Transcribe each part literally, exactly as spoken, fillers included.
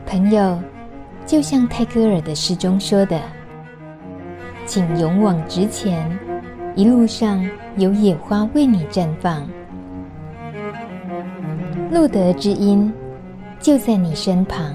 朋友，就像泰戈尔的诗中说的，请勇往直前，一路上有野花为你绽放。路德之音就在你身旁。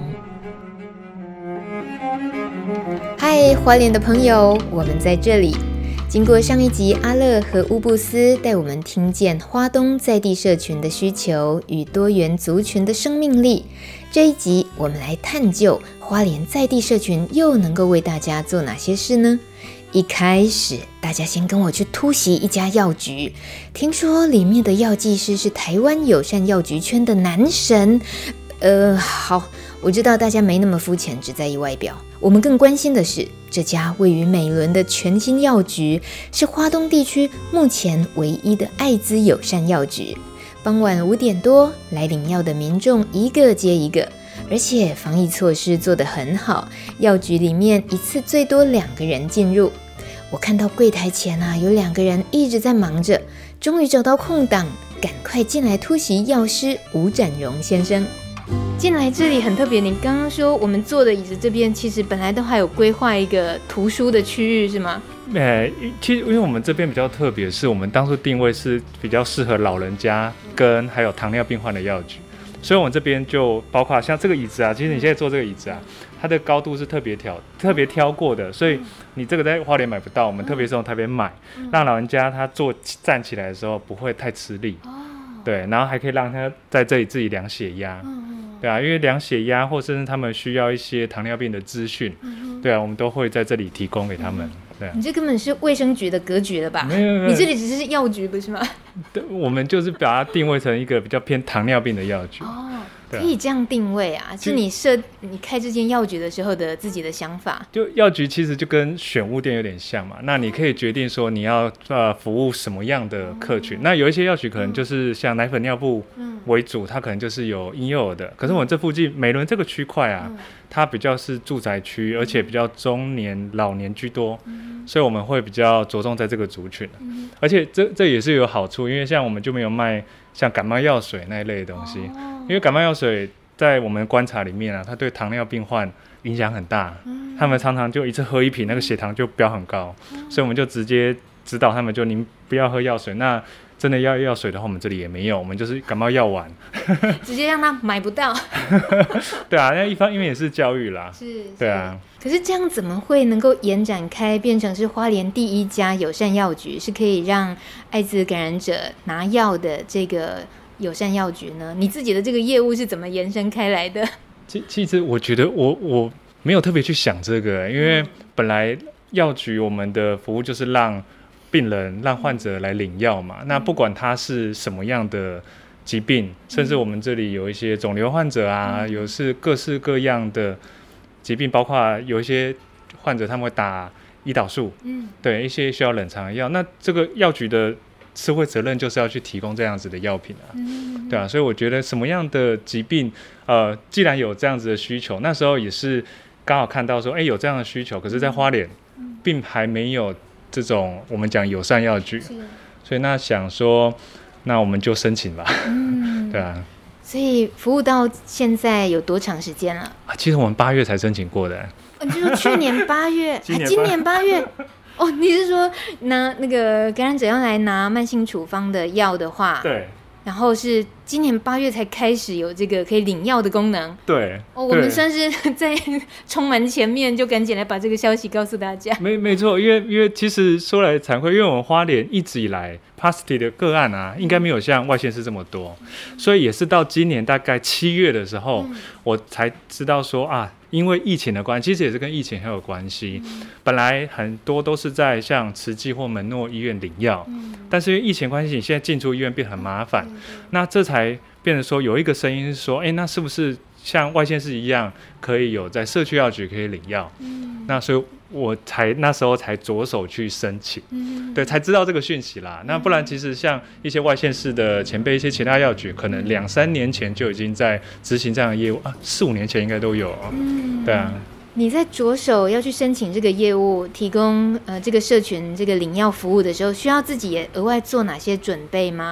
嗨，花莲的朋友，我们在这里。经过上一集阿乐和乌布斯带我们听见花东在地社群的需求与多元族群的生命力，这一集我们来探究花莲在地社群又能够为大家做哪些事呢？一开始大家先跟我去突袭一家药局，听说里面的药剂师是台湾友善药局圈的男神。呃，好，我知道大家没那么肤浅，只在意外表。我们更关心的是，这家位于美仑的全新药局是花东地区目前唯一的艾滋友善药局。傍晚五点多，来领药的民众一个接一个，而且防疫措施做得很好，药局里面一次最多两个人进入。我看到柜台前啊，有两个人一直在忙着，终于找到空档，赶快进来突袭药师吴展荣先生。进来这里很特别，你刚刚说我们坐的椅子这边其实本来都还有规划一个图书的区域是吗？ 呃，其实因为我们这边比较特别，是我们当初定位是比较适合老人家跟还有糖尿病患的药局，所以我们这边就包括像这个椅子啊，其实你现在坐这个椅子啊，它的高度是特别挑特别挑过的，所以你这个在花莲买不到，我们特别是从台北买，让老人家他坐站起来的时候不会太吃力，对，然后还可以让他在这里自己量血压。对啊，因为量血压或甚至他们需要一些糖尿病的资讯，嗯、对啊，我们都会在这里提供给他们。对啊， 你这根本是卫生局的格局了吧？ 没有没有， 你这里只是药局不是吗？ 对，我们就是把它定位成一个比较偏糖尿病的药局。 哦，可以这样定位啊？是你设你开这间药局的时候的自己的想法？就药局其实就跟选物店有点像嘛，那你可以决定说你要呃服务什么样的客群。嗯、那有一些药局可能就是像奶粉尿布为主，嗯、它可能就是有婴幼儿的。可是我们这附近美仑这个区块啊，嗯、它比较是住宅区，而且比较中年老年居多，嗯、所以我们会比较着重在这个族群。嗯、而且这这也是有好处，因为像我们就没有卖像感冒药水那一类的东西。哦，因为感冒药水在我们观察里面啊，它对糖尿病患影响很大，嗯、他们常常就一次喝一瓶，那个血糖就飙很高，嗯、所以我们就直接指导他们，就您不要喝药水。那真的要药水的话，我们这里也没有，我们就是感冒药丸， 直接让他买不到。 对啊，那一方因为也是教育啦， 是， 对啊。 可是这样怎么会能够延展开，变成是花莲第一家友善药局，是可以让艾滋感染者拿药的这个友善药局呢？你自己的这个业务是怎么延伸开来的？ 其其实我觉得我我没有特别去想这个，因为本来药局我们的服务就是让病人让患者来领药嘛，那不管他是什么样的疾病，甚至我们这里有一些肿瘤患者啊，有是各式各样的疾病，包括有一些患者他们会打胰岛素，嗯，对，一些需要冷藏的药，那这个药局的社会责任就是要去提供这样子的药品啊，嗯、对啊，所以我觉得什么样的疾病，呃，既然有这样子的需求，那时候也是刚好看到说，哎，有这样的需求，可是在花莲，嗯、并还没有这种我们讲友善药局，所以那想说，那我们就申请吧，嗯、对啊。 所以服务到现在有多长时间了？ 啊，其实我们八月才申请过的。 你是说去年八月？今年八月？哦，你是说拿那个感染者要来拿慢性处方的药的话， 对， 然后是今年八月才开始有这个可以领药的功能， 对， 哦，我们算是在充满前面就赶紧来把这个消息告诉大家。 没没错，因为因为其实说来惭愧，因为我们花莲一直以来 positive 的个案啊，应该没有像外县市这么多，所以也是到今年大概七月的时候，嗯、我才知道说啊。因为疫情的关系，其实也是跟疫情很有关系。嗯、本来很多都是在像慈济或门诺医院领药，嗯、但是因为疫情关系，你现在进出医院变很麻烦。嗯、那这才变成说有一个声音是说，哎，那是不是像外县市一样，可以有在社区药局可以领药？嗯、那所以我才那时候才着手去申请，嗯、对，才知道这个讯息啦。嗯、那不然其实像一些外县市的前辈，一些其他药局，可能两三年前就已经在执行这样的业务啊，四五年前应该都有。嗯、对啊。 你在着手要去申请这个业务，提供呃这个社群这个领药服务的时候，需要自己也额外做哪些准备吗？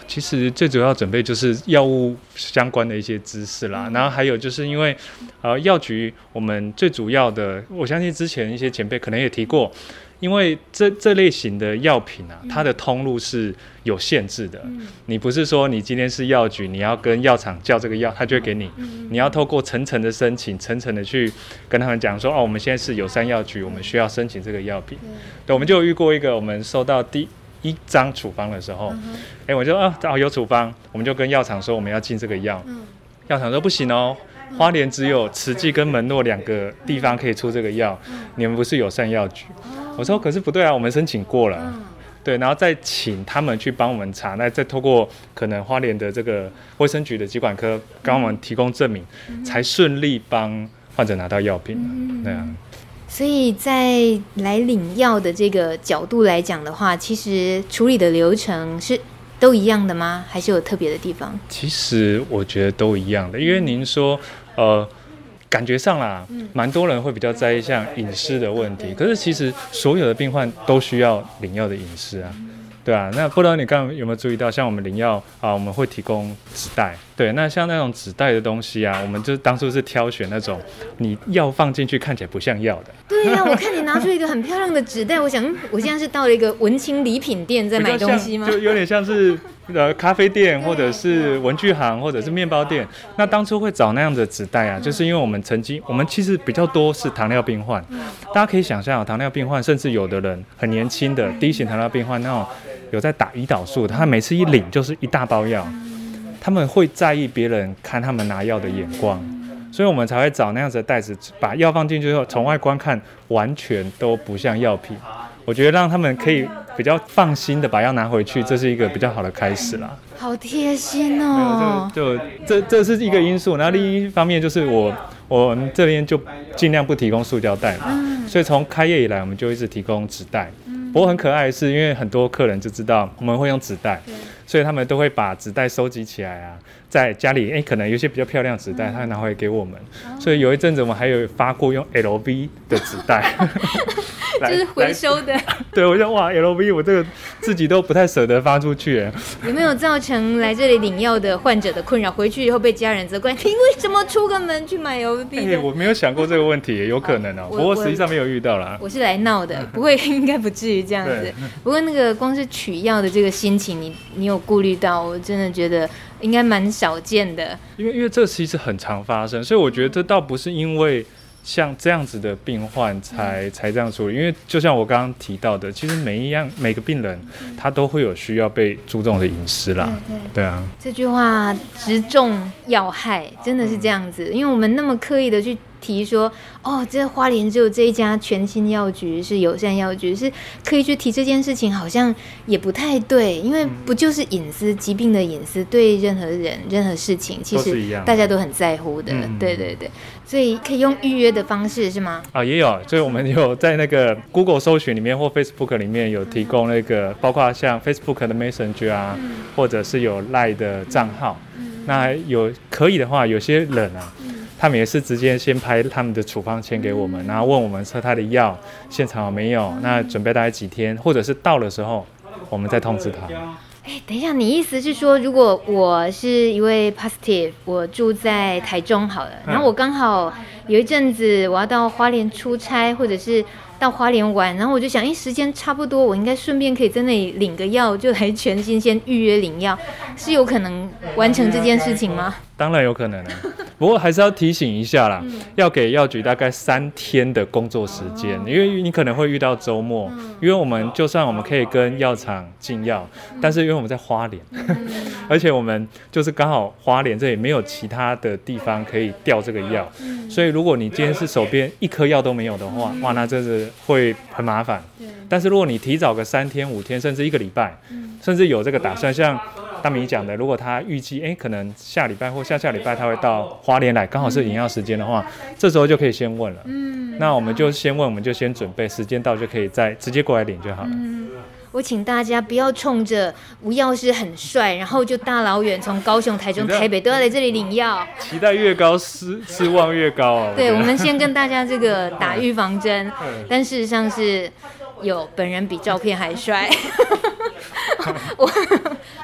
其实最主要准备就是药物相关的一些知识啦，嗯、然后还有就是因为呃药局我们最主要的，我相信之前一些前辈可能也提过，因为这这类型的药品啊，它的通路是有限制的。嗯、你不是说你今天是药局，你要跟药厂叫这个药，他就会给你。嗯、你要透过层层的申请，层层的去跟他们讲说，哦，我们现在是友善药局，我们需要申请这个药品。嗯、对，我们就有遇过一个，我们收到第一张处方的时候，哎、嗯欸，我就啊，哦有处方，我们就跟药厂说我们要进这个药。嗯、药厂说不行哦。花莲只有慈济跟门诺两个地方可以出这个药，你们不是友善药局。我说可是不对啊，我们申请过了，对，然后再请他们去帮我们查，那再透过可能花莲的这个卫生局的疾管科帮我们提供证明，才顺利帮患者拿到药品。对啊。 所以在来领药的这个角度来讲的话，其实处理的流程是都一样的吗？还是有特别的地方？ 其实我觉得都一样的，因为您说，呃，感觉上啦，蛮多人会比较在意像饮食的问题，可是其实所有的病患都需要领药的饮食啊。对啊，那不知道你刚刚有没有注意到，像我们领药啊，我们会提供纸袋。对，那像那种纸袋的东西啊，我们就当初是挑选那种你药放进去看起来不像药的。 对啊，我看你拿出一个很漂亮的纸袋，我想我现在是到了一个文青礼品店在买东西吗？ 就有点像是呃咖啡店，或者是文具行，或者是面包店。那当初会找那样的纸袋啊，就是因为我们曾经，我们其实比较多是糖尿病患，大家可以想象，糖尿病患，甚至有的人很年轻的第一型糖尿病患那种。有在打胰岛素的，他每次一领就是一大包药，他们会在意别人看他们拿药的眼光，所以我们才会找那样子的袋子，把药放进去之后，从外观看完全都不像药品。我觉得让他们可以比较放心的把药拿回去，这是一个比较好的开始啦。 好贴心哦！ 就就这这是一个因素，然后另一方面就是我我们这边就尽量不提供塑胶袋嘛，嗯、所以从开业以来我们就一直提供纸袋。不过很可爱的是，因为很多客人就知道我们会用纸袋，所以他们都会把纸袋收集起来啊，在家里，哎，可能有些比较漂亮的纸袋，他拿回来给我们。所以有一阵子我们还有发过用 L V 的纸袋， 就是回收的。 对，我想哇 ，L V 我这个自己都不太舍得发出去。 有没有造成来这里领药的患者的困扰？回去以后被家人责怪，你为什么出个门去买 L V 的？ 欸、我没有想过这个问题，有可能哦、喔。不过实际上没有遇到啦。 我是来闹的，不会，应该不至于这样子。不过那个光是取药的这个心情，你你有顾虑到？我真的觉得应该蛮少见的。 因为因为这其实很常发生，所以我觉得这倒不是因为像这样子的病患才、嗯、才这样处理，因为就像我刚刚提到的，其实每一样每个病人、嗯、他都会有需要被注重的饮食啦。对, 对, 对啊， 这句话直中要害，真的是这样子。嗯、因为我们那么刻意的去提说，哦，这花莲只有这一家全新药局是友善药局，是刻意去提这件事情，好像也不太对，因为不就是隐私、疾病的隐私，对任何人、任何事情，其实大家都很在乎的。嗯、对对对，所以可以用预约的方式是吗？ 啊，也有，所以我们有在那个 Google 搜寻里面或 Facebook 里面有提供那个，嗯、包括像 Facebook 的 Messenger 啊，嗯、或者是有 Line 的账号，嗯、那有可以的话，有些人啊。嗯他们也是直接先拍他们的处方签给我们，然后问我们说他的药现场有没有，那准备大概几天，或者是到的时候我们再通知他。 哎，等一下，你意思是说，如果我是一位 positive， 我住在台中好了，然后我刚好有一阵子我要到花莲出差，或者是到花莲玩，然后我就想，哎，时间差不多，我应该顺便可以在那里领个药，就来全新先预约领药，是有可能完成这件事情吗？ 当然有可能啊，不过还是要提醒一下啦，嗯、要给药局大概三天的工作时间，哦、因为你可能会遇到周末，嗯、因为我们就算我们可以跟药厂进药，嗯、但是因为我们在花莲，嗯、而且我们就是刚好花莲这里没有其他的地方可以调这个药，嗯、所以如果你今天是手边一颗药都没有的话，嗯、哇，那真是会很麻烦。但是如果你提早个三天、五天，甚至一个礼拜，嗯、甚至有这个打算，像大米讲的，如果他预计哎，可能下礼拜或下下礼拜他会到花莲来，刚好是领药时间的话，嗯、这时候就可以先问了。嗯，那我们就先问，我们就先准备，时间到就可以再直接过来领就好了。嗯， 我请大家不要冲着吴药师很帅，然后就大老远从高雄、台中、台北都要来这里领药。 期待越高，失失望越高哦。 对，我们先跟大家这个打预防针，但事实上是有本人比照片还帅。我好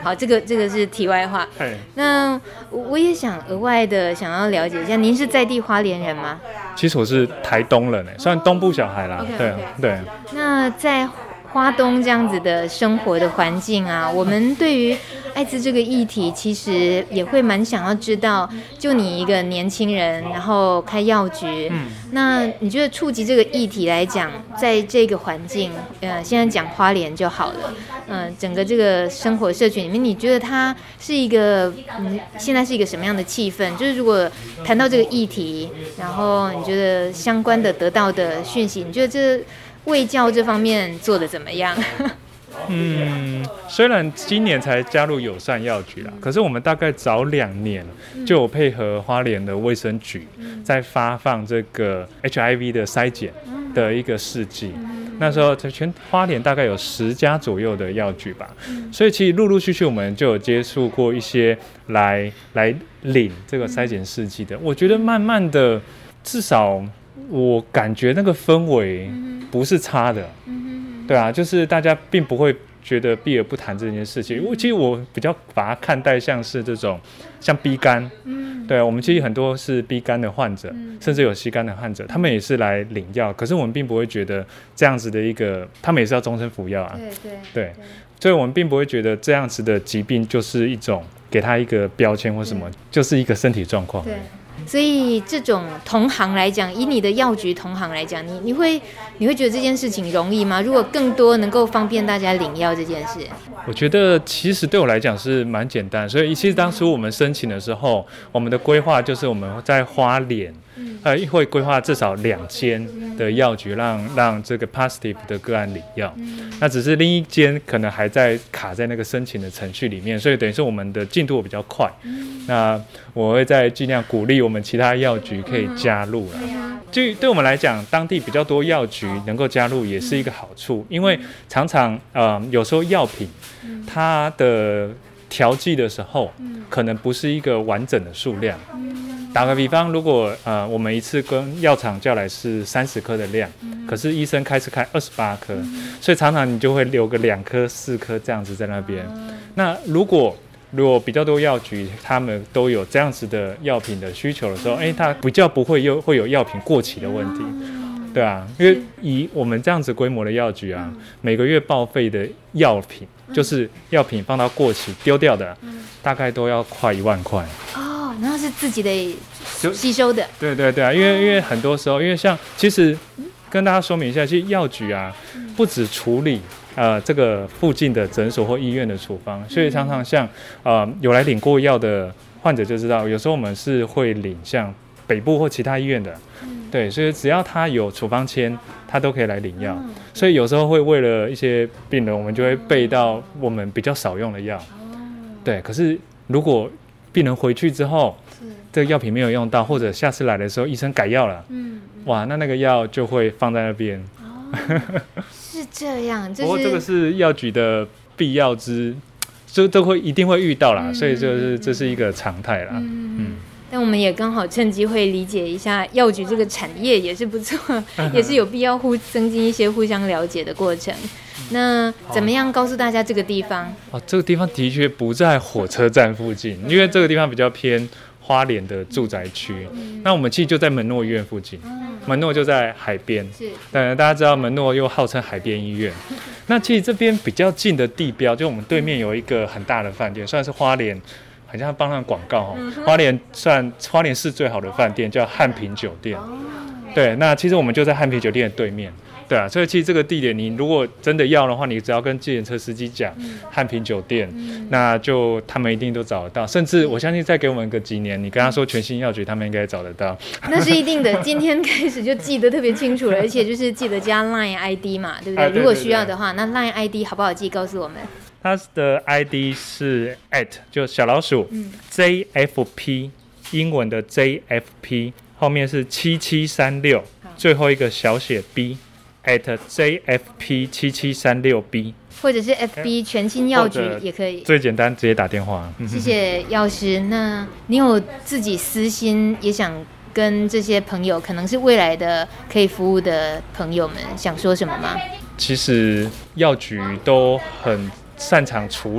好，这个这个是题外话。那我也想额外的想要了解一下，您是在地花莲人吗？ 其实我是台东人，算东部小孩啦。 Okay, 对 okay. 对。 那在花东这样子的生活的环境啊，我们对于艾滋这个议题其实也会蛮想要知道，就你一个年轻人然后开药局、嗯、那你觉得触及这个议题来讲，在这个环境呃，现在讲花莲就好了，嗯、呃，整个这个生活社群里面，你觉得它是一个嗯，现在是一个什么样的气氛？就是如果谈到这个议题，然后你觉得相关的得到的讯息，你觉得这卫教这方面做得怎么样？ 嗯，虽然今年才加入友善药局啦，可是我们大概早两年就有配合花莲的卫生局，在发放这个 H I V 的筛检的一个试剂。那时候在全花莲大概有十家左右的药局吧，所以其实陆陆续续我们就有接触过一些来来领这个筛检试剂的。我觉得慢慢的，至少我感觉那个氛围不是差的。对啊，就是大家并不会觉得避而不谈这件事情。我其实我比较把它看待像是这种像 B 肝，嗯，对啊，我们其实很多是 B 肝的患者，嗯、甚至有 C 肝的患者，他们也是来领药，可是我们并不会觉得这样子的一个，他们也是要终身服药啊， 对对对, 对，所以我们并不会觉得这样子的疾病就是一种给他一个标签或什么，就是一个身体状况。 对。所以这种同行来讲，以你的药局同行来讲，你你会你会觉得这件事情容易吗？如果更多能够方便大家领药这件事， 我觉得其实对我来讲是蛮简单。所以其实当初我们申请的时候，我们的规划就是我们在花莲，呃，会规划至少两间的药局让让这个 positive 的个案领药。那只是另一间可能还在卡在那个申请的程序里面，所以等于是我们的进度比较快。那我会再尽量鼓励我们其他药局可以加入啦。就对我们来讲，当地比较多药局能够加入也是一个好处，因为常常呃有时候药品它的调剂的时候可能不是一个完整的数量。打个比方，如果呃我们一次跟药厂叫来是三十颗的量，可是医生开是开二十八颗，所以常常你就会留个两颗、四颗这样子在那边。那如果如果比较多药局他们都有这样子的药品的需求的时候，哎，它比较不会又会有药品过期的问题。对啊，因为以我们这样子规模的药局啊，每个月报废的药品，就是药品放到过期丢掉的，大概都要快一万块。 哦，然后是自己的吸收的。 对对对啊，因为因为很多时候，因为像其实跟大家说明一下，其实药局啊，不只处理呃这个附近的诊所或医院的处方，所以常常像呃有来领过药的患者就知道，有时候我们是会领像北部或其他医院的。对，所以只要他有处方签，他都可以来领药。嗯、所以有时候会为了一些病人，我们就会备到我们比较少用的药。哦、对，可是如果病人回去之后，这个药品没有用到，或者下次来的时候医生改药了，嗯、哇，那那个药就会放在那边。 哦、是这样，就是、 不过这个是药局的必要之，就都会一定会遇到啦，嗯、所以就是这是一个常态啦。嗯。嗯， 但我们也刚好趁机会理解一下药局这个产业也是不错，也是有必要互增进一些互相了解的过程。那怎么样告诉大家这个地方？ 哦，这个地方的确不在火车站附近，因为这个地方比较偏花莲的住宅区。嗯、那我们其实就在门诺医院附近，嗯、门诺就在海边。是，当然大家知道门诺又号称海边医院。那其实这边比较近的地标，就我们对面有一个很大的饭店，算是花莲。好像帮他们广告哦，嗯、花莲算花莲市最好的饭店，叫汉品酒店。哦、对，那其实我们就在汉品酒店的对面。对啊，所以其实这个地点，你如果真的要的话，你只要跟计程车司机讲、嗯、汉品酒店，嗯、那就他们一定都找得到。甚至我相信再给我们个几年，你跟他说全新药局，他们应该找得到。 那是一定的，今天开始就记得特别清楚了，而且就是记得加 Line I D 嘛，对不对？啊、对对对，如果需要的话，那 Line I D 好不好记？告诉我们。 它的 I D 是 at 就小老鼠、嗯、J F P 英文的 J F P 后面是七七三六，最后一个小写 B at J F P 七七三六 B， 或者是 F B 全新药局也可以， 最简单直接打电话。 谢谢药师。那你有自己私心也想跟这些朋友，可能是未来的可以服务的朋友们想说什么吗？ 其实药局都很擅长处理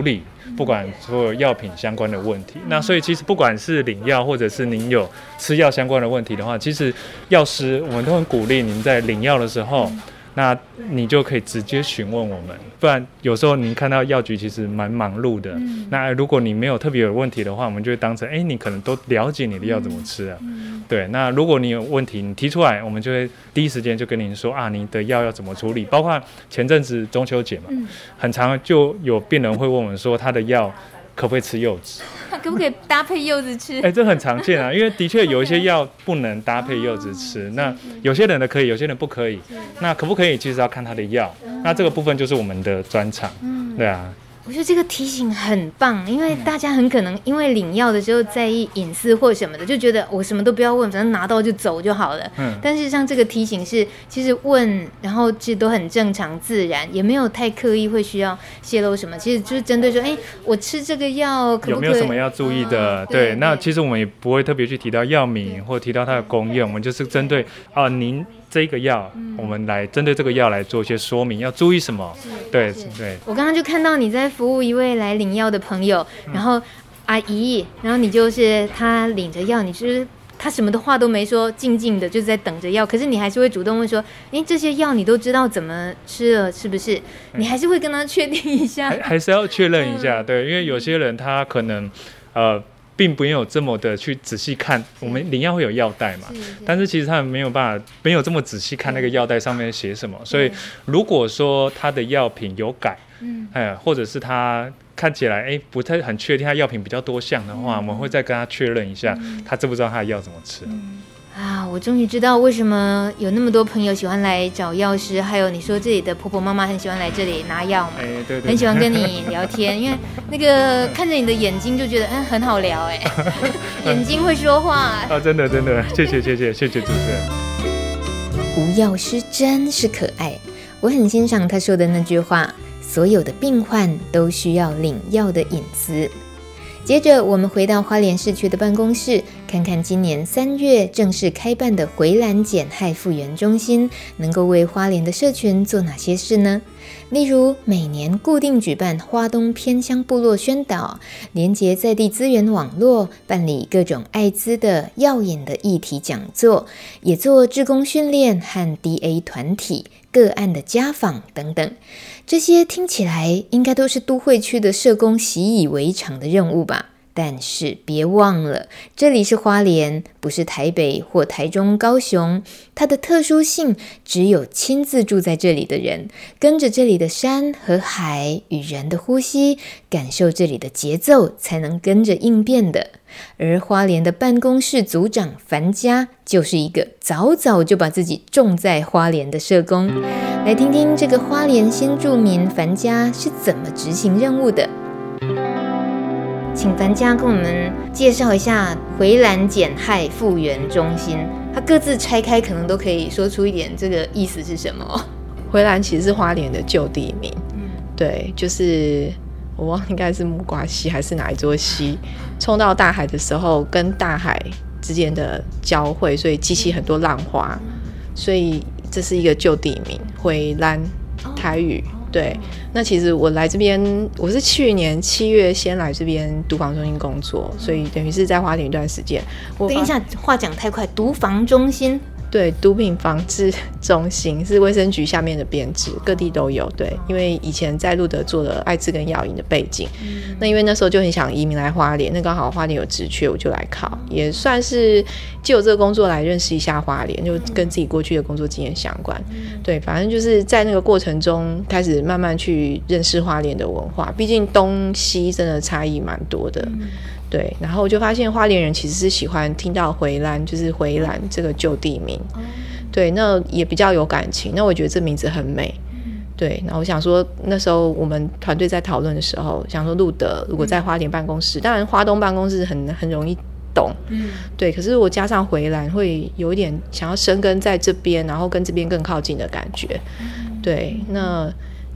不管所有药品相关的问题。那所以其实不管是领药或者是您有吃药相关的问题的话，其实药师我们都很鼓励您在领药的时候，那你就可以直接询问我们，不然有时候您看到药局其实蛮忙碌的、嗯、那如果你没有特别有问题的话，我们就会当成哎，你可能都了解你的药怎么吃啊、嗯、对，那如果你有问题你提出来，我们就会第一时间就跟您说啊，你的药要怎么处理。包括前阵子中秋节嘛、嗯、很常就有病人会问我们说他的药可不可以吃柚子， 可不可以搭配柚子吃？ 哎、欸，这很常见啊，因为的确有一些药不能搭配柚子吃，那有些人的可以，有些人不可以。那可不可以，其实要看他的药。那这个部分就是我们的专长，对啊。 我觉得这个提醒很棒，因为大家很可能因为领药的时候在意隐私或什么的，就觉得我什么都不要问，反正拿到就走就好了。嗯。但是像这个提醒是，其实问，然后其实都很正常自然，也没有太刻意会需要泄露什么。其实就是针对说，哎，我吃这个药可不可以？ 有没有什么要注意的？哦、对, 对，那其实我们也不会特别去提到药名或提到它的功用，我们就是针对啊、呃、您。这个药、嗯，我们来针对这个药来做一些说明，要注意什么？对对。 我刚刚就看到你在服务一位来领药的朋友，嗯、然后阿姨，然后你就是他领着药，你就是他什么的话都没说，静静的就在等着药，可是你还是会主动问说，哎，这些药你都知道怎么吃了是不是？嗯、你还是会跟他确定一下， 还还是要确认一下，对，因为有些人他可能呃。并没有这么的去仔细看，我们领药会有药袋嘛，但是其实他们没有办法，没有这么仔细看那个药袋上面写什么，所以如果说他的药品有改，嗯，哎，或者是他看起来哎不太很确定他药品比较多项的话，嗯、我们会再跟他确认一下，嗯、他知不知道他的药怎么吃。嗯啊，我终于知道为什么有那么多朋友喜欢来找药师，还有你说这里的婆婆妈妈很喜欢来这里拿药嘛， 哎，对 对, 对， 很喜欢跟你聊天，因为那个看着你的眼睛就觉得嗯很好聊哎，眼睛会说话啊，真的真的，谢谢谢谢谢谢主持人。 吴药师真是可爱，我很欣赏他说的那句话，所有的病患都需要领药的隐私。接着我们回到花莲市区的办公室，看看今年三月正式开办的回澜减害复原中心能够为花莲的社群做哪些事呢？例如每年固定举办花东偏乡部落宣导，连结在地资源网络，办理各种艾滋的药引的议题讲座，也做志工训练和 D A 团体个案的家访等等。这些听起来应该都是都会区的社工习以为常的任务吧，但是别忘了，这里是花莲，不是台北或台中、高雄，它的特殊性只有亲自住在这里的人，跟着这里的山和海与人的呼吸，感受这里的节奏，才能跟着应变的。而花莲的办公室组长樊家就是一个早早就把自己种在花莲的社工，来听听这个花莲新住民樊家是怎么执行任务的。请樊家跟我们介绍一下回澜减害复原中心，它各自拆开可能都可以说出一点这个意思是什么。 回澜其实是花莲的旧地名，嗯，对，就是我忘了应该是木瓜溪还是哪一座溪，冲到大海的时候跟大海之间的交汇，所以激起很多浪花，所以这是一个旧地名，回澜台语。对，那其实我来这边，我是去年七月先来这边毒防中心工作，所以等于是在花莲一段时间。 等一下，话讲太快，毒防中心。 对，毒品防治中心是卫生局下面的编制，各地都有。对，因为以前在路德做了艾滋跟药瘾的背景，嗯、那因为那时候就很想移民来花莲，那刚好花莲有职缺，我就来考，也算是借由这个工作来认识一下花莲，就跟自己过去的工作经验相关。嗯、对，反正就是在那个过程中开始慢慢去认识花莲的文化，毕竟东西真的差异蛮多的。嗯对，然后我就发现花莲人其实是喜欢听到回澜，就是回澜这个旧地名，对，那也比较有感情。那我觉得这名字很美，对。然后我想说，那时候我们团队在讨论的时候，想说路德如果在花莲办公室，当然花东办公室很很容易懂，嗯，对。可是我加上回澜，会有一点想要生根在这边，然后跟这边更靠近的感觉，对。那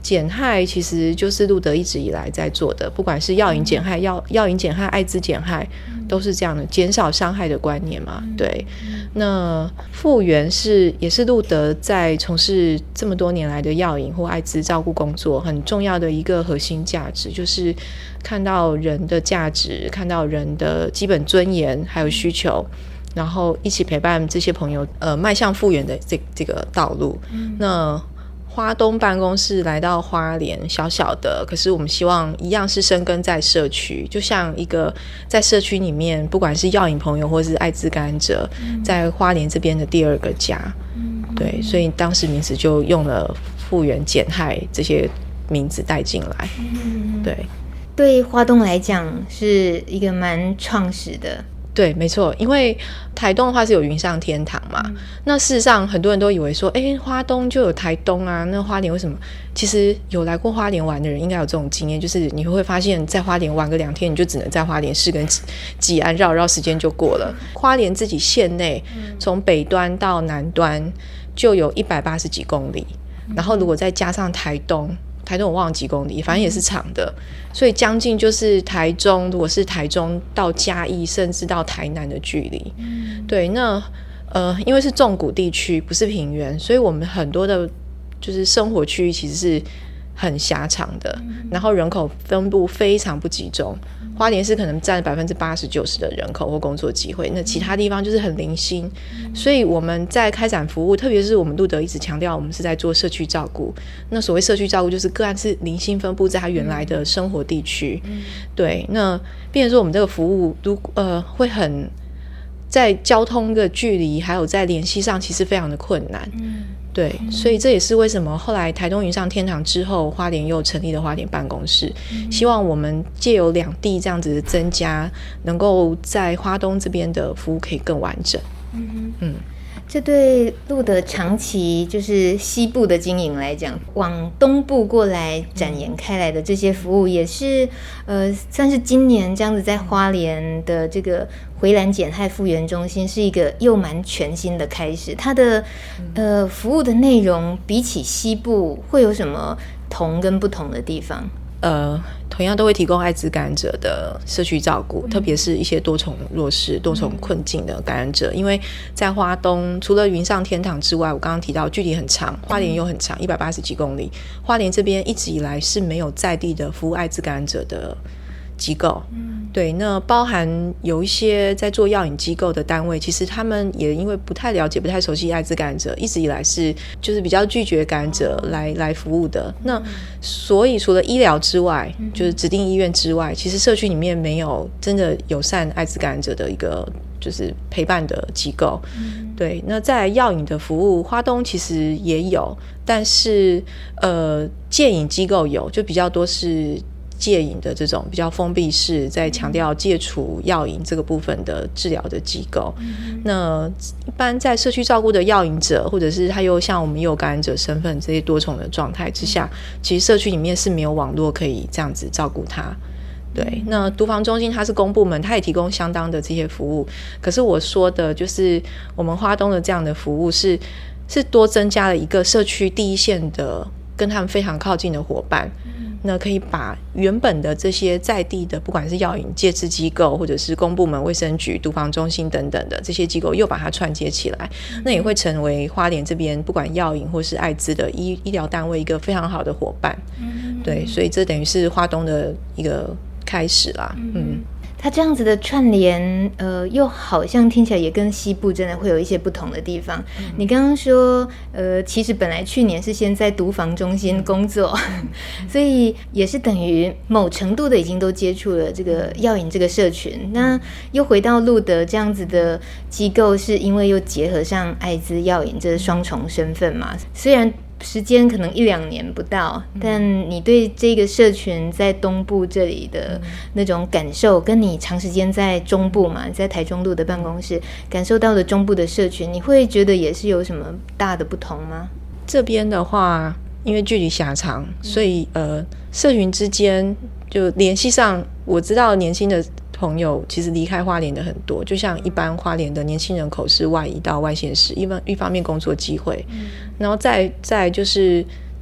减害其实就是路德一直以来在做的，不管是药瘾减害、药药瘾减害、艾滋减害，都是这样的，减少伤害的观念嘛。对，那复原是也是路德在从事这么多年来的药瘾或艾滋照顾工作很重要的一个核心价值，就是看到人的价值，看到人的基本尊严还有需求，然后一起陪伴这些朋友呃迈向复原的这这个道路。嗯、那花东办公室来到花莲，小小的，可是我们希望一样是生根在社区，就像一个在社区里面，不管是药瘾朋友或是艾滋感染者，嗯、在花莲这边的第二个家。嗯、对，所以当时名字就用了复原减害这些名字带进来。嗯、对， 对花东来讲是一个蛮创始的。 对，没错，因为台东的话是有云上天堂嘛，嗯、那事实上很多人都以为说，哎，花东就有台东啊，那花莲为什么？其实有来过花莲玩的人应该有这种经验，就是你会发现在花莲玩个两天，你就只能在花莲市跟吉安绕绕，时间就过了。花莲自己县内，从北端到南端就有一百八十几公里，嗯、然后如果再加上台东。台东我忘了几公里，反正也是长的，所以将近就是台中，如果是台中到嘉义，甚至到台南的距离。嗯、对，那呃，因为是纵谷地区，不是平原，所以我们很多的，就是生活区域其实是很狭长的，嗯、然后人口分布非常不集中。花莲是可能占百分之八十九十的人口或工作机会，那其他地方就是很零星，嗯、所以我们在开展服务，特别是我们路德一直强调，我们是在做社区照顾。那所谓社区照顾，就是个案是零星分布在他原来的生活地区。嗯、对，那变成说我们这个服务，如呃会很在交通的距离还有在联系上，其实非常的困难。嗯对，所以这也是为什么后来台东云上天堂之后，花莲又成立了花莲办公室，嗯、希望我们借由两地这样子的增加，能够在花东这边的服务可以更完整。嗯嗯，这对路德长期就是西部的经营来讲，往东部过来展延开来的这些服务，也是呃，算是今年这样子在花莲的这个回澜减害复原中心是一个又蛮全新的开始。它的呃服务的内容比起西部会有什么同跟不同的地方？ 呃，同样都会提供艾滋感染者的社区照顾，嗯、特别是一些多重弱势、多重困境的感染者。嗯、因为在花东，除了云上天堂之外，我刚刚提到距离很长，花莲又很长，一百八十几公里。花莲这边一直以来是没有在地的服务艾滋感染者的机构。嗯对，那包含有一些在做药瘾机构的单位，其实他们也因为不太了解、不太熟悉艾滋感染者，一直以来是就是比较拒绝感染者来来服务的。那所以除了医疗之外，就是指定医院之外，其实社区里面没有真的友善艾滋感染者的一个就是陪伴的机构。对，那在药瘾的服务，花东其实也有，但是呃戒瘾机构有，就比较多是戒瘾的这种比较封闭式，在强调戒除药瘾这个部分的治疗的机构。嗯、那一般在社区照顾的药瘾者，或者是他又像我们有感染者身份这些多重的状态之下，其实社区里面是没有网络可以这样子照顾他。对，那毒防中心它是公部门，它也提供相当的这些服务。可是我说的就是我们花东的这样的服务是是多增加了一个社区第一线的跟他们非常靠近的伙伴。那可以把原本的这些在地的不管是药瘾戒治机构或者是公部门卫生局毒防中心等等的这些机构又把它串接起来，那也会成为花莲这边不管药瘾或是艾滋的医医疗单位一个非常好的伙伴。对，所以这等于是花东的一个开始啦。嗯， 它这样子的串联，呃，又好像听起来也跟西部真的会有一些不同的地方。嗯、你刚刚说，呃，其实本来去年是先在毒防中心工作，嗯、所以也是等于某程度的已经都接触了这个药瘾这个社群。那又回到路德这样子的机构，是因为又结合上艾滋药瘾这双重身份嘛？虽然时间可能一两年不到，但你对这个社群在东部这里的那种感受，跟你长时间在中部嘛，在台中路的办公室感受到的中部的社群，你会觉得也是有什么大的不同吗？ 这边的话，因为距离狭长，所以呃，社群之间就联系上，我知道年轻的朋友其实离开花莲的很多，就像一般花莲的年轻人口是外移到外县市，一方一方面工作机会，嗯、然后再再就是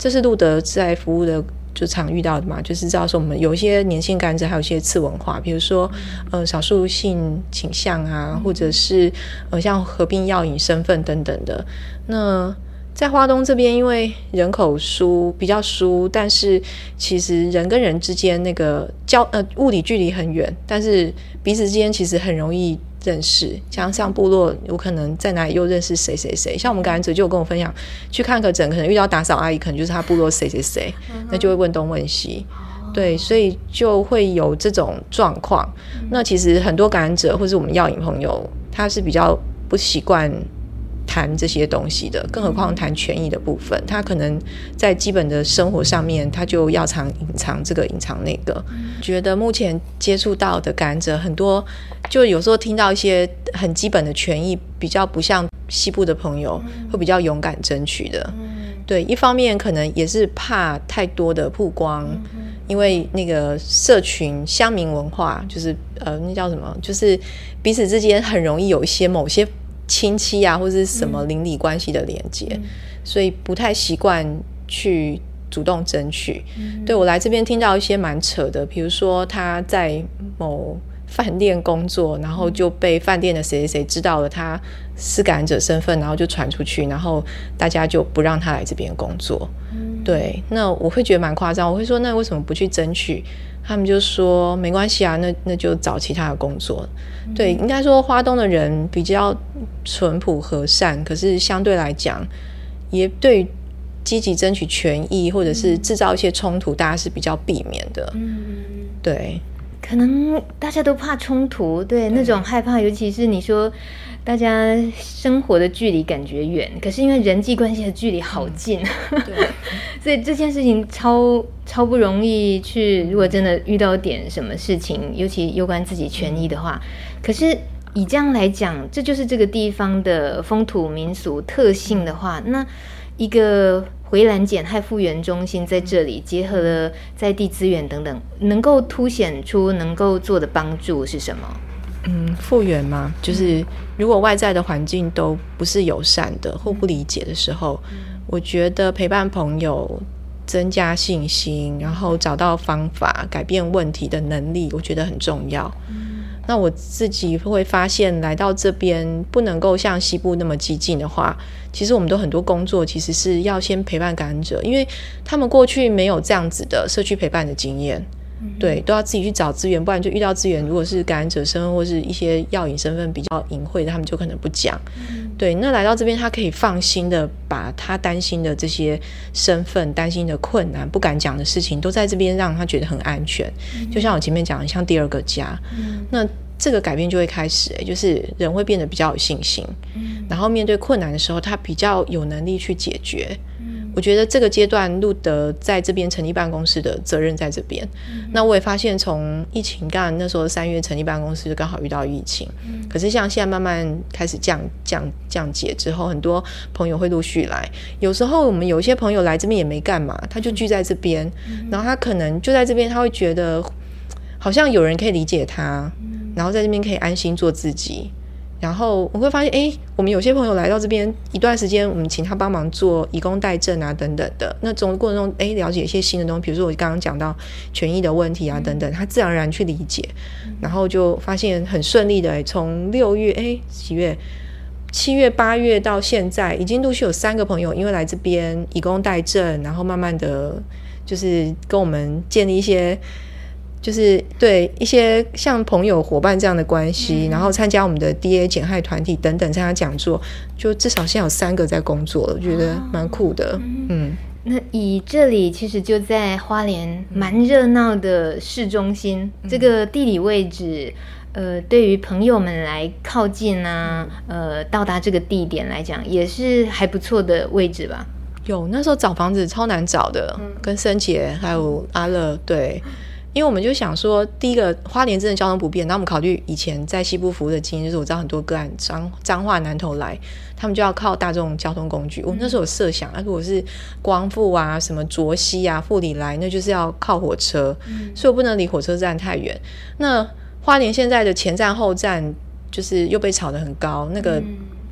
这是路德在服务的就常遇到的嘛，就是知道说我们有一些年轻感染者还有一些次文化，比如说呃少数性倾向啊，或者是呃像合并药瘾身份等等的。那在花东这边，因为人口疏比较疏，但是其实人跟人之间那个交呃物理距离很远，但是彼此之间其实很容易认识。像像部落，有可能在哪里又认识谁谁谁。像我们感染者就有跟我分享，去看个诊，可能遇到打扫阿姨，可能就是他部落谁谁谁，那就会问东问西。对，所以就会有这种状况。那其实很多感染者或是我们药瘾朋友，他是比较不习惯谈这些东西的，更何况谈权益的部分，他可能在基本的生活上面，他就要常隐藏这个隐藏那个。觉得目前接触到的感染者很多，就有时候听到一些很基本的权益，比较不像西部的朋友会比较勇敢争取的。对，一方面可能也是怕太多的曝光，因为那个社群乡民文化，就是呃那叫什么，就是彼此之间很容易有一些某些亲戚啊或者是什么邻里关系的连接、嗯、所以不太习惯去主动争取、嗯、对，我来这边听到一些蛮扯的，比如说他在某饭店工作，然后就被饭店的谁谁谁知道了他是感染者身份，然后就传出去，然后大家就不让他来这边工作、嗯、对，那我会觉得蛮夸张，我会说那为什么不去争取，他们就说没关系啊，那那就找其他的工作、嗯、对，应该说花东的人比较淳朴和善，可是相对来讲也对积极争取权益或者是制造一些冲突、嗯、大家是比较避免的。嗯，对， 可能大家都怕冲突， 对， 对，那种害怕，尤其是你说大家生活的距离感觉远，可是因为人际关系的距离好近、嗯、对所以这件事情超超不容易去，如果真的遇到点什么事情，尤其有关自己权益的话，可是以这样来讲，这就是这个地方的风土民俗特性的话，那一个回澜减害复原中心在这里结合了在地资源等等，能够凸显出能够做的帮助是什么？ 嗯，复原嘛，就是如果外在的环境都不是友善的或不理解的时候、嗯、我觉得陪伴朋友增加信心，然后找到方法改变问题的能力，我觉得很重要、嗯、那我自己会发现来到这边不能够像西部那么激进的话，其实我们都很多工作其实是要先陪伴感染者，因为他们过去没有这样子的社区陪伴的经验，对，都要自己去找资源，不然就遇到资源如果是感染者身份或是一些药瘾身份比较隐晦的，他们就可能不讲、嗯、对，那来到这边他可以放心的把他担心的这些身份担心的困难不敢讲的事情都在这边让他觉得很安全、嗯、就像我前面讲的像第二个家、嗯、那这个改变就会开始、欸、就是人会变得比较有信心、嗯、然后面对困难的时候他比较有能力去解决、嗯、我觉得这个阶段路德在这边成立办公室的责任在这边、嗯、那我也发现从疫情刚刚那时候三月成立办公室就刚好遇到疫情、嗯、可是像现在慢慢开始降降降解之后，很多朋友会陆续来，有时候我们有一些朋友来这边也没干嘛，他就聚在这边、嗯、然后他可能就在这边他会觉得好像有人可以理解他、嗯然后在这边可以安心做自己，然后我会发现哎，我们有些朋友来到这边一段时间，我们请他帮忙做以工代赈啊等等的，那从过程中哎了解一些新的东西，比如说我刚刚讲到权益的问题啊等等，他自然而然去理解，然后就发现很顺利的，从六月哎几月七月八月到现在已经陆续有三个朋友因为来这边以工代赈，然后慢慢的就是跟我们建立一些就是对一些像朋友伙伴这样的关系、嗯、然后参加我们的 D A 减害团体等等参加讲座，就至少现在有三个在工作了，我觉得蛮酷的、哦、嗯, 嗯那以这里其实就在花莲蛮热闹的市中心、嗯、这个地理位置呃，对于朋友们来靠近啊呃，到达这个地点来讲也是还不错的位置吧。 有，那时候找房子超难找的、嗯、跟森杰还有阿乐，对，因为我们就想说第一个花莲真的交通不便，然后我们考虑以前在西部服务的经验，就是我知道很多个案彰彰化南投来他们就要靠大众交通工具，我那时候有设想、啊、如果是光复啊什么卓溪啊富里来，那就是要靠火车、嗯、所以我不能离火车站太远。那花莲现在的前站后站就是又被炒得很高，那个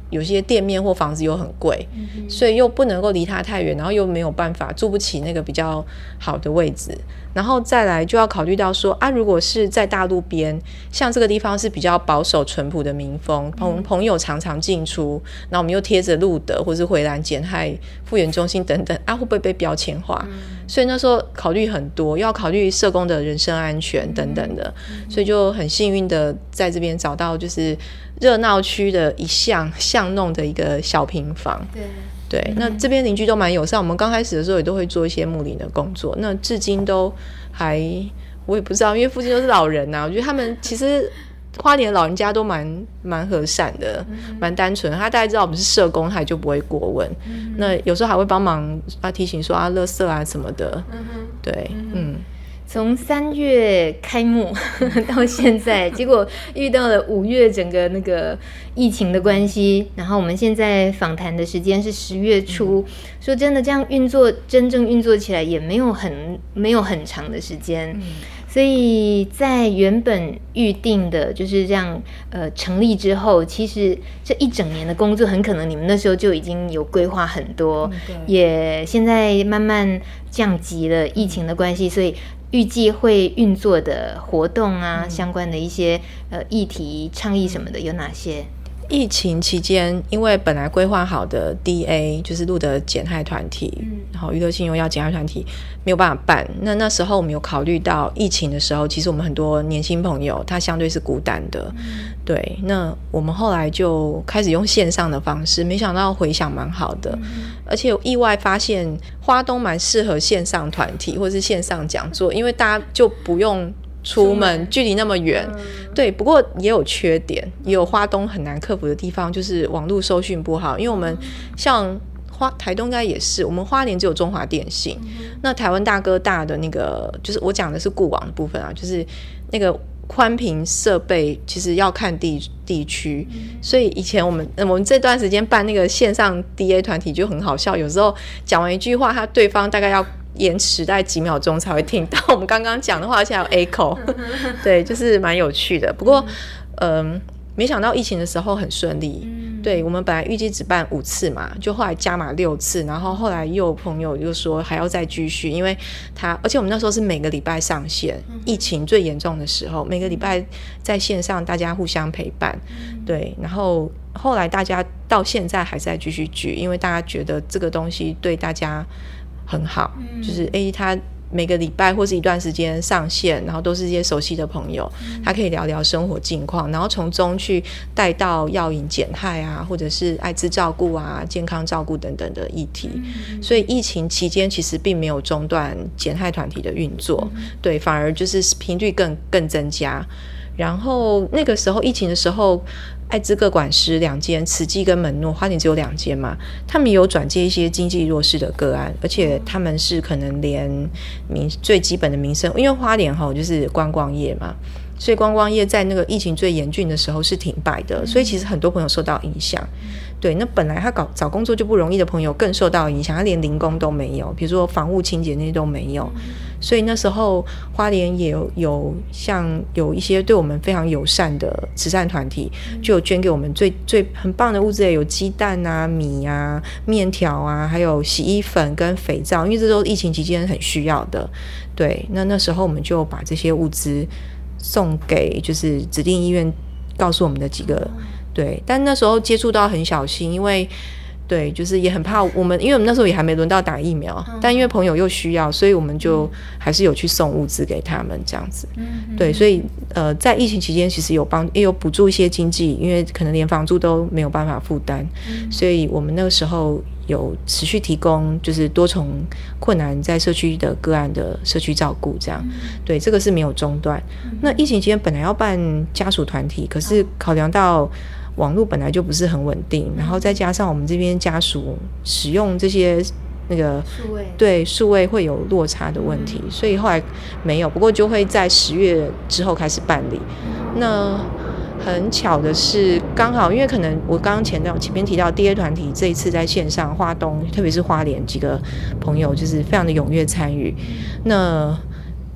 有些店面或房子又很贵，嗯、所以又不能够离它太远，然后又没有办法住不起那个比较好的位置，然后再来就要考虑到说啊，如果是在大路边，像这个地方是比较保守淳朴的民风，朋朋友常常进出，然后我们又贴着路德或是回蓝减害复原中心等等啊，会不会被标签化？嗯、所以那时候考虑很多，要考虑社工的人身安全等等的，嗯、所以就很幸运的在这边找到就是热闹区的一巷巷弄的一个小平房。对。对，那这边邻居都蛮友善，我们刚开始的时候也都会做一些睦邻的工作，那至今都还，我也不知道，因为附近都是老人啊，我觉得他们其实花莲老人家都蛮蛮和善的，蛮单纯，他大概知道我们是社工，他也就不会过问，嗯、那有时候还会帮忙啊提醒说啊垃圾啊什么的，嗯、对，嗯。 从三月开幕到现在，结果遇到了五月整个那个疫情的关系，然后我们现在访谈的时间是十月初，嗯、说真的，这样运作真正运作起来也没有很没有很长的时间，嗯、所以在原本预定的就是这样呃成立之后，其实这一整年的工作很可能你们那时候就已经有规划很多，嗯、也现在慢慢降级了疫情的关系，所以预计会运作的活动啊，嗯、相关的一些呃议题倡议什么的有哪些？ 疫情期间，因为本来规划好的 D A 就是路德减害团体，嗯、然后娱乐性用药减害团体没有办法办。那那时候我们有考虑到疫情的时候，其实我们很多年轻朋友他相对是孤单的，嗯、对。那我们后来就开始用线上的方式，没想到回响蛮好的，嗯、而且意外发现花东蛮适合线上团体或是线上讲座，因为大家就不用出门距离那么远，嗯、对，不过也有缺点，也有花东很难克服的地方，就是网络收讯不好，因为我们像花台东应该也是，我们花莲只有中华电信，嗯、那台湾大哥大的那个就是我讲的是固网的部分啊，就是那个宽频设备其实要看地地区，嗯、所以以前我们我们这段时间办那个线上 D A 团体就很好笑，有时候讲完一句话，他对方大概要延迟大概几秒钟才会听到我们刚刚讲的话，而且还有 echo 对，就是蛮有趣的。不过嗯、呃，没想到疫情的时候很顺利，嗯、对，我们本来预计只办五次嘛，就后来加码六次，然后后来又有朋友又说还要再继续，因为他而且我们那时候是每个礼拜上线，嗯、疫情最严重的时候每个礼拜在线上大家互相陪伴，嗯、对，然后后来大家到现在还在继续聚，因为大家觉得这个东西对大家很好，嗯、就是诶，他每个礼拜或是一段时间上线，然后都是一些熟悉的朋友，嗯、他可以聊聊生活近况，然后从中去带到药瘾减害啊，或者是艾滋照顾啊、健康照顾等等的议题。嗯、所以疫情期间其实并没有中断减害团体的运作，嗯、对，反而就是频率更更增加。然后那个时候疫情的时候，艾滋个管师两间，慈济跟门诺，花莲只有两间嘛，他们有转接一些经济弱势的个案，而且他们是可能连民最基本的民生，因为花莲吼就是观光业嘛，所以观光业在那个疫情最严峻的时候是停摆的，所以其实很多朋友受到影响。对，那本来他搞找工作就不容易的朋友更受到影响，他连零工都没有，比如说房屋清洁那些都没有。所以那时候花莲也有有像有一些对我们非常友善的慈善团体，就有捐给我们最最很棒的物资，有鸡蛋啊、米啊、面条啊，还有洗衣粉跟肥皂，因为这都是疫情期间很需要的。对，那那时候我们就把这些物资送给就是指定医院告诉我们的几个，对，但那时候接触到很小心，因为对，就是也很怕我们，因为我们那时候也还没轮到打疫苗，嗯、但因为朋友又需要，所以我们就还是有去送物资给他们这样子。嗯、对，所以呃，在疫情期间其实有帮也有补助一些经济，因为可能连房租都没有办法负担，嗯、所以我们那个时候有持续提供就是多重困难在社区的个案的社区照顾这样。嗯、对，这个是没有中断。嗯、那疫情期间本来要办家属团体，可是考量到网络本来就不是很稳定，然后再加上我们这边家属使用这些那个数位， 对数位会有落差的问题，嗯、所以后来没有，不过就会在十月之后开始办理。嗯、那很巧的是，刚好因为可能我刚刚前到前面提到 D A 团体这一次在线上花东，特别是花莲几个朋友就是非常的踊跃参与，那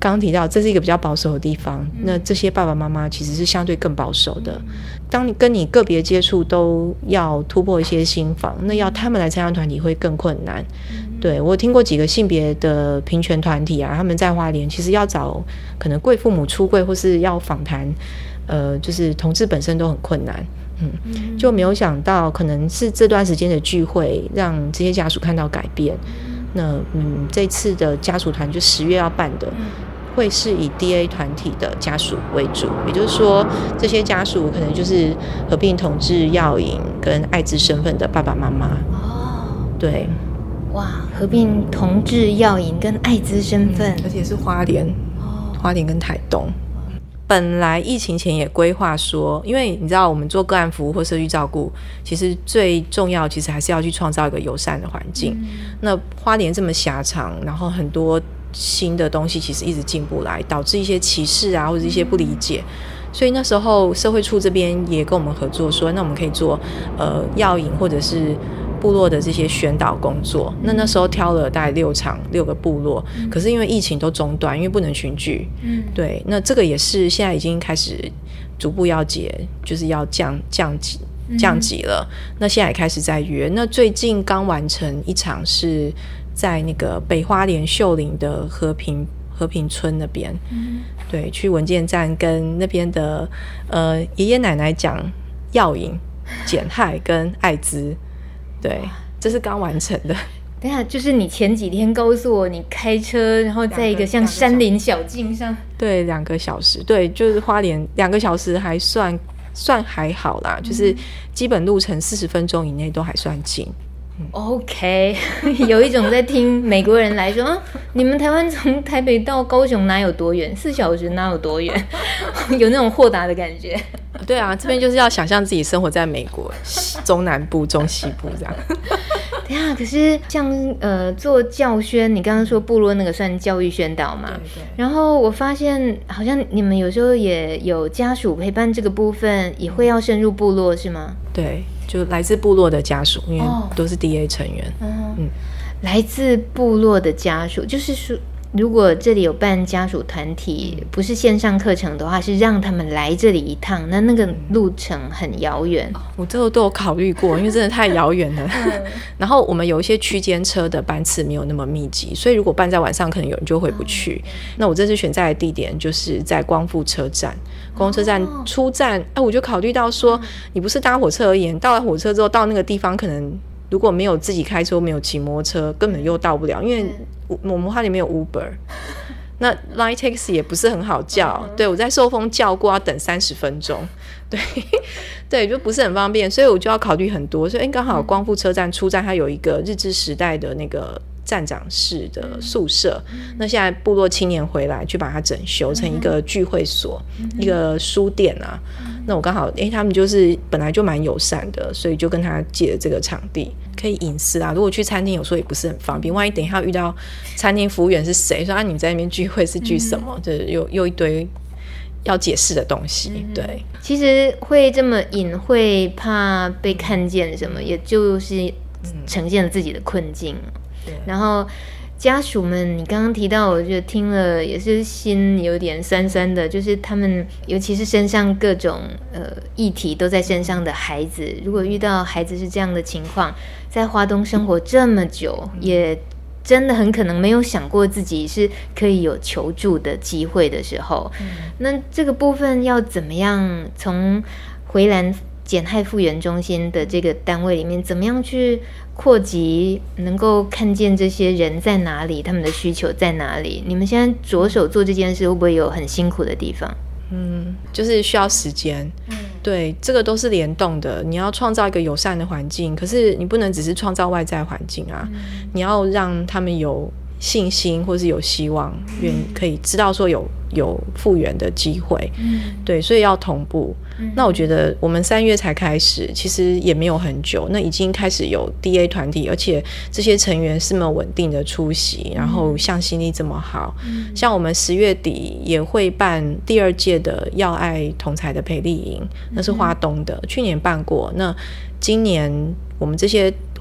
刚刚提到这是一个比较保守的地方，那这些爸爸妈妈其实是相对更保守的。当你跟你个别接触都要突破一些心防，那要他们来参加团体会更困难。对，我有听过几个性别的平权团体啊，他们在花莲其实要找可能贵父母出柜或是要访谈呃，就是同志本身都很困难。嗯，就没有想到可能是这段时间的聚会让这些家属看到改变。那嗯，这次的家属团就十月要办的，会是以 D A 团体的家属为主，也就是说这些家属可能就是合并同志、药瘾跟艾滋身份的爸爸妈妈。哦，对， 哇，合并同志、药瘾跟艾滋身份， 嗯，而且是花莲，哦，花莲跟台东。本来疫情前也规划说，因为你知道我们做个案服务或社区照顾，其实最重要其实还是要去创造一个友善的环境。嗯，那花莲这么狭长，然后很多新的东西其实一直进不来，导致一些歧视啊或者一些不理解。所以那时候社会处这边也跟我们合作说，那我们可以做呃药瘾或者是部落的这些宣导工作。那那时候挑了大概六场六个部落，嗯，可是因为疫情都中断，因为不能群聚，嗯，对，那这个也是现在已经开始逐步要解，就是要降降级降级了。嗯，那现在也开始在约。那最近刚完成一场是在那个北花莲秀林的和平和平村那边，嗯，对，去文件站跟那边的呃爷爷奶奶讲药瘾、减害跟艾滋。对，这是刚完成的。 等一下，就是你前几天告诉我，你开车，然后在一个像山林小径上， 对，两个小时，对，就是花莲两个小时还算算还好啦，嗯，就是基本路程四十分钟以内都还算近。 嗯，OK， 有一种在听美国人来说，啊，你们台湾从台北到高雄哪有多远？四小时哪有多远？有那种豁达的感觉。 对啊，这边就是要想象自己生活在美国中南部、中西部这样。 对啊，可是像呃做教宣，你刚刚说部落那个算教育宣导嘛？对对。然后我发现好像你们有时候也有家属陪伴这个部分，也会要深入部落是吗？ 对，就来自部落的家属，因为都是 D A 成员。哦，嗯嗯， 来自部落的家属，就是说，如果这里有办家属团体，不是线上课程的话，是让他们来这里一趟，那那个路程很遥远。 我这个都有考虑过，因为真的太遥远了。然后我们有一些区间车的班次没有那么密集，所以如果办在晚上，可能有人就回不去。那我这次选在的地点就是在光复车站，光复车站出站，哎，我就考虑到说，你不是搭火车而言，到了火车之后到那个地方可能。如果没有自己开车，没有骑摩托车，根本又到不了，因为我们花莲没有 Uber， 那 Line Taxi 也不是很好叫。对，我在寿丰叫过要等三十分钟，对对，就不是很方便，所以我就要考虑很多。所以刚好光复车站出站，它有一个日治时代的那个站长室的宿舍，那现在部落青年回来去把它整修成一个聚会所，一个书店啊。那我刚好，哎，他们就是本来就蛮友善的，所以就跟他借了这个场地，可以隐私啊。如果去餐厅，有时候也不是很方便，万一等一下遇到餐厅服务员是谁，说啊你们在那边聚会是聚什么，就是又又一堆要解释的东西。对， 其实会这么隐晦，怕被看见什么，也就是呈现了自己的困境。然后家属们，你刚刚提到，我就听了也是心有点酸酸的，就是他们尤其是身上各种呃议题都在身上的孩子，如果遇到孩子是这样的情况，在花东生活这么久，也真的很可能没有想过自己是可以有求助的机会的时候，嗯，那这个部分要怎么样从回兰减害复原中心的这个单位里面，怎么样去扩及，能够看见这些人在哪里，他们的需求在哪里？你们现在着手做这件事，会不会有很辛苦的地方？ 嗯，就是需要时间。嗯，对，这个都是联动的。你要创造一个友善的环境，可是你不能只是创造外在环境啊，嗯，你要让他们有信心，或是有希望，愿意可以知道说有有复原的机会。嗯，对，所以要同步。嗯，那我觉得我们三月才开始，其实也没有很久，那已经开始有 D A 团体，而且这些成员是没有稳定的出席，然后向心力这么好。嗯，像我们十月底也会办第二届的药爱同才的培力营，那是花东的，去年办过，那今年我们这些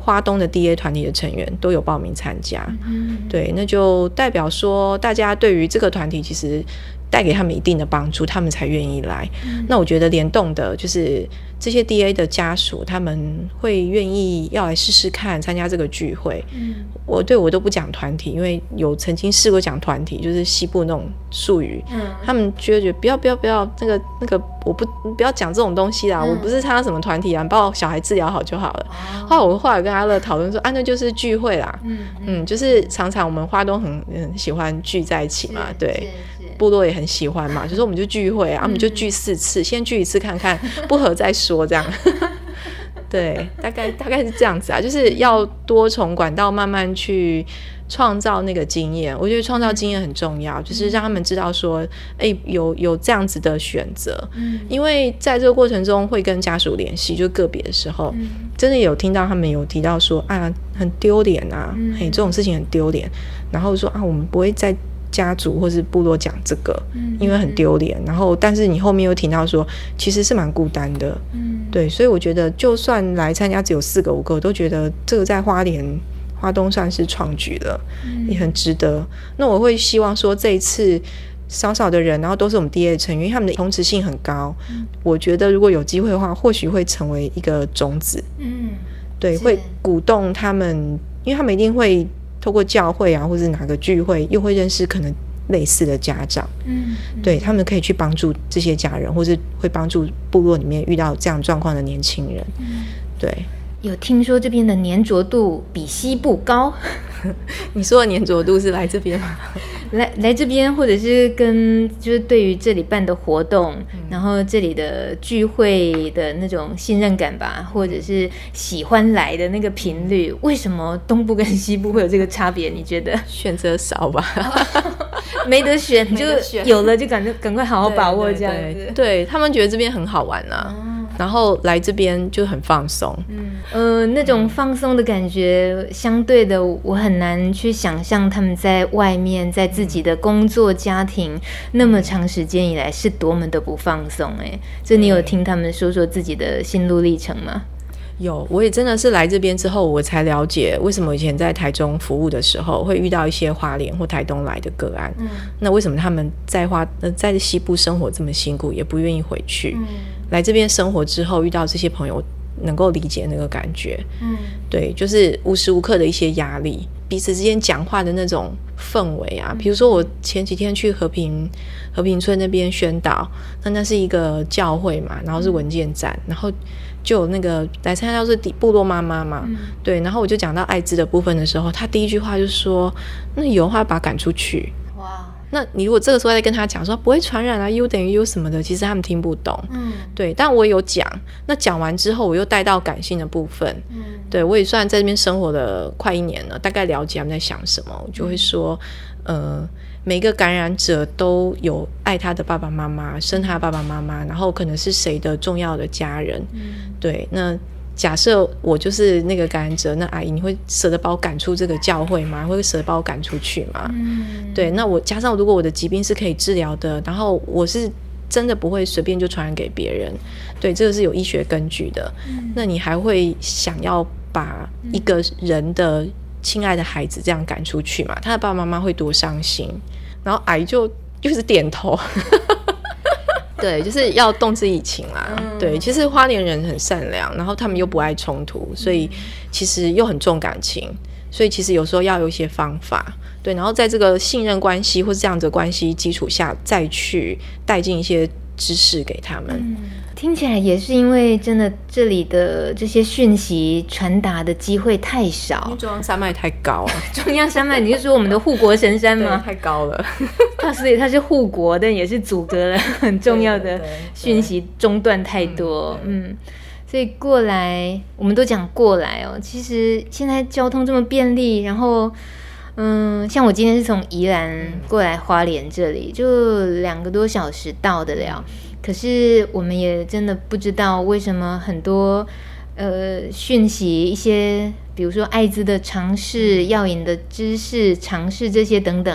花东的 D A 团体的成员都有报名参加，嗯，对，那就代表说大家对于这个团体其实带给他们一定的帮助，他们才愿意来。嗯、那我觉得联动的就是这些 D A 的家属，他们会愿意要来试试看参加这个聚会。嗯，我对我都不讲团体，因为有曾经试过讲团体，就是西部那种术语，嗯，他们觉得觉得不要不要不要那个那个，我不不要讲这种东西啦，嗯、我不是参加什么团体啊，你把我小孩治疗好就好了。哦、后来我后来跟阿乐讨论说，啊，那就是聚会啦，嗯 嗯, 嗯，就是常常我们花东很很喜欢聚在一起嘛，对。部落也很喜欢嘛，就说我们就聚会啊，我们就聚四次，嗯、先聚一次看看，不合再说这样。对，大概大概是这样子啊，就是要多重管道慢慢去创造那个经验。我觉得创造经验很重要，就是让他们知道说，哎、欸，有有这样子的选择。嗯，因为在这个过程中会跟家属联系，就个别的时候，嗯、真的有听到他们有提到说啊，很丢脸啊，嗯、嘿，这种事情很丢脸，然后说啊，我们不会再家族或是部落讲这个，嗯、因为很丢脸。然后，但是你后面又提到说，其实是蛮孤单的，嗯，对。所以我觉得，就算来参加只有四个五个，我都觉得这个在花莲、花东算是创举了，嗯、也很值得。那我会希望说，这一次少少的人，然后都是我们 D A 成员，因为他们的同质性很高。嗯、我觉得如果有机会的话，或许会成为一个种子，嗯，对，会鼓动他们，因为他们一定会透过教会啊，或者哪个聚会，又会认识可能类似的家长，嗯，对，他们可以去帮助这些家人，或是会帮助部落里面遇到这样状况的年轻人，嗯，对。 有听说这边的粘着度比西部高？ 你说的粘着度是来这边吗？ 来来这边，或者是跟就是对于这里办的活动，嗯、然后这里的聚会的那种信任感吧，或者是喜欢来的那个频率，为什么东部跟西部会有这个差别？你觉得？ 选择少吧， 没得选，就有了就赶赶快好好把握这样子。 对, 对, 对, 对他们觉得这边很好玩啊。嗯，然后来这边就很放松， 嗯呃，那种放松的感觉，相对的，我很难去想象他们在外面，在自己的工作家庭那么长时间以来是多么的不放松。哎，这你有听他们说说自己的心路历程吗？ 有，我也真的是来这边之后，我才了解为什么以前在台中服务的时候会遇到一些花莲或台东来的个案。嗯，那为什么他们在花呃在西部生活这么辛苦，也不愿意回去？嗯，来这边生活之后，遇到这些朋友，能够理解那个感觉。嗯，对，就是无时无刻的一些压力，彼此之间讲话的那种氛围啊。比如说我前几天去和平和平村那边宣导，那那是一个教会嘛，然后是文件站，然后就有那个来参加是部落妈妈嘛，嗯、对，然后我就讲到艾滋的部分的时候，他第一句话就说：“那有的话把他赶出去。”哇！那你如果这个时候再跟他讲说不会传染啊 ，U 等于 U 什么的，其实他们听不懂。嗯，对，但我有讲，那讲完之后我又带到感性的部分。嗯，对我也算在这边生活了快一年了，大概了解他们在想什么，我就会说，呃。每个感染者都有爱他的爸爸妈妈，生他的爸爸妈妈，然后可能是谁的重要的家人。嗯，对，那假设我就是那个感染者，那阿姨你会舍得把我赶出这个教会吗？会舍得把我赶出去吗？嗯，对，那我加上如果我的疾病是可以治疗的，然后我是真的不会随便就传染给别人，对，这个是有医学根据的。嗯，那你还会想要把一个人的亲爱的孩子这样赶出去嘛？他的爸爸妈妈会多伤心？然后阿姨就就是点头，对，就是要动之以情啦。嗯、对，其实花莲人很善良，然后他们又不爱冲突，所以其实又很重感情，所以其实有时候要有一些方法，对，然后在这个信任关系或是这样子的关系基础下，再去带进一些知识给他们。嗯， 听起来也是因为真的这里的这些讯息传达的机会太少，因为中央山脉太高。 中央山脉，你是说我们的护国神山吗？ 太高了。 它所以它是护国，但也是阻隔了很重要的讯息中断太多。嗯, 嗯，所以过来我们都讲过来哦，其实现在交通这么便利，然后嗯，像我今天是从宜兰过来花莲这里，就两个多小时到得了。可是我们也真的不知道为什么很多呃讯息，一些比如说艾滋的尝试、药瘾的知识尝试这些等等，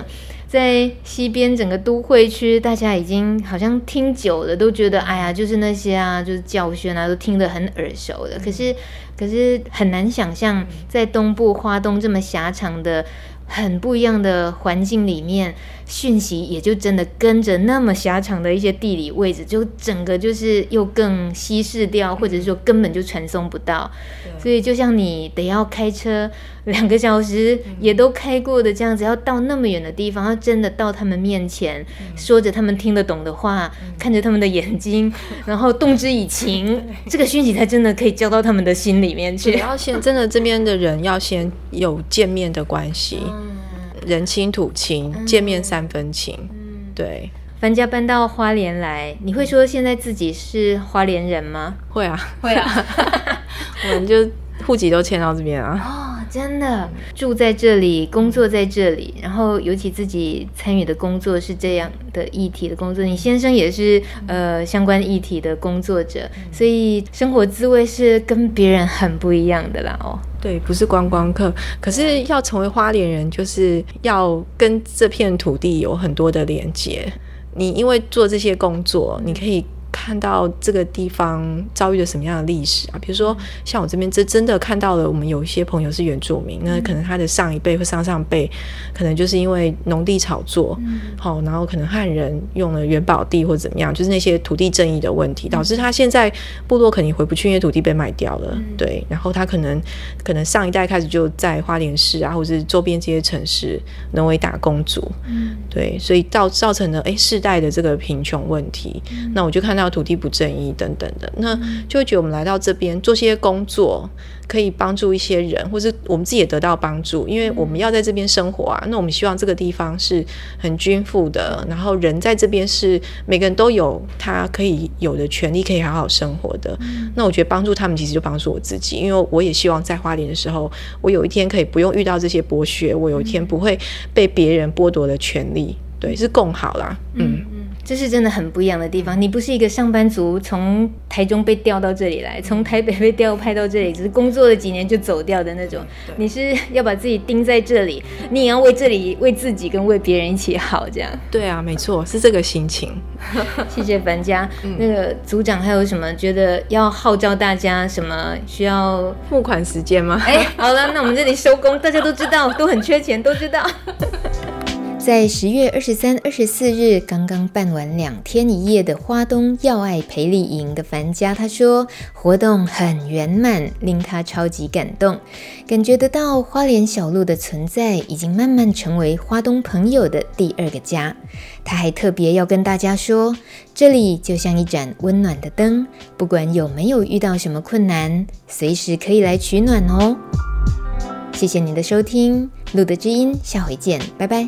在西边整个都会区，大家已经好像听久了，都觉得哎呀，就是那些啊，就是教训啊，都听得很耳熟的。可是，可是很难想象，在东部花东这么狭长的、很不一样的环境里面，讯息也就真的跟着那么狭长的一些地理位置，就整个就是又更稀释掉，或者说根本就传送不到。所以就像你得要开车两个小时也都开过的这样子，要到那么远的地方，要真的到他们面前，说着他们听得懂的话，看着他们的眼睛，然后动之以情，这个讯息才真的可以交到他们的心里面去。 要先真的这边的人要先有见面的关系，人亲土亲，见面三分情。对， 樊家搬到花莲来，你会说现在自己是花莲人吗？ 会啊， 会啊， 我们就户籍都迁到这边啊。 哦，真的，住在这里，工作在这里，然后尤其自己参与的工作是这样的议题的工作，你先生也是呃相关议题的工作者，所以生活滋味是跟别人很不一样的啦哦。 对，不是观光客，可是要成为花莲人，就是要跟这片土地有很多的连结。你因为做这些工作，你可以看到这个地方遭遇了什么样的历史啊？比如说像我这边真真的看到了，我们有一些朋友是原住民，那可能他的上一辈或上上辈，可能就是因为农地炒作，好、嗯，然后可能汉人用了元宝地或怎么样，就是那些土地正义的问题，导致他现在部落可能回不去，因为土地被卖掉了，嗯、对，然后他可能可能上一代开始就在花莲市啊，或者是周边这些城市沦为打工族，嗯，对，所以造造成了哎世代的这个贫穷问题，嗯、那我就看到土地不正义等等的，那就会觉得我们来到这边做些工作可以帮助一些人，或是我们自己也得到帮助，因为我们要在这边生活啊，那我们希望这个地方是很均富的，然后人在这边是每个人都有他可以有的权利，可以好好生活的，那我觉得帮助他们其实就帮助我自己，因为我也希望在花莲的时候，我有一天可以不用遇到这些剥削，我有一天不会被别人剥夺了权利，对，是共好啦。嗯嗯，这是真的很不一样的地方。你不是一个上班族，从台中被调到这里来，从台北被调派到这里，只是工作了几年就走掉的那种。你是要把自己钉在这里，你也要为这里、为自己跟为别人一起好，这样。 对啊，没错，是这个心情。 谢谢樊家、嗯。那个组长还有什么觉得要号召大家什么需要募款时间吗？ 哎，好了，那我们这里收工，大家都知道，都很缺钱，都知道。在十月二十三、二十四日刚刚办完两天一夜的花东药爱培力营的樊家，他说活动很圆满，令他超级感动，感觉得到花莲小路的存在已经慢慢成为花东朋友的第二个家。他还特别要跟大家说，这里就像一盏温暖的灯，不管有没有遇到什么困难，随时可以来取暖哦。谢谢您的收听，路德之音，下回见，拜拜。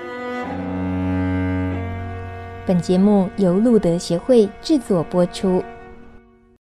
本节目由路德协会制作播出。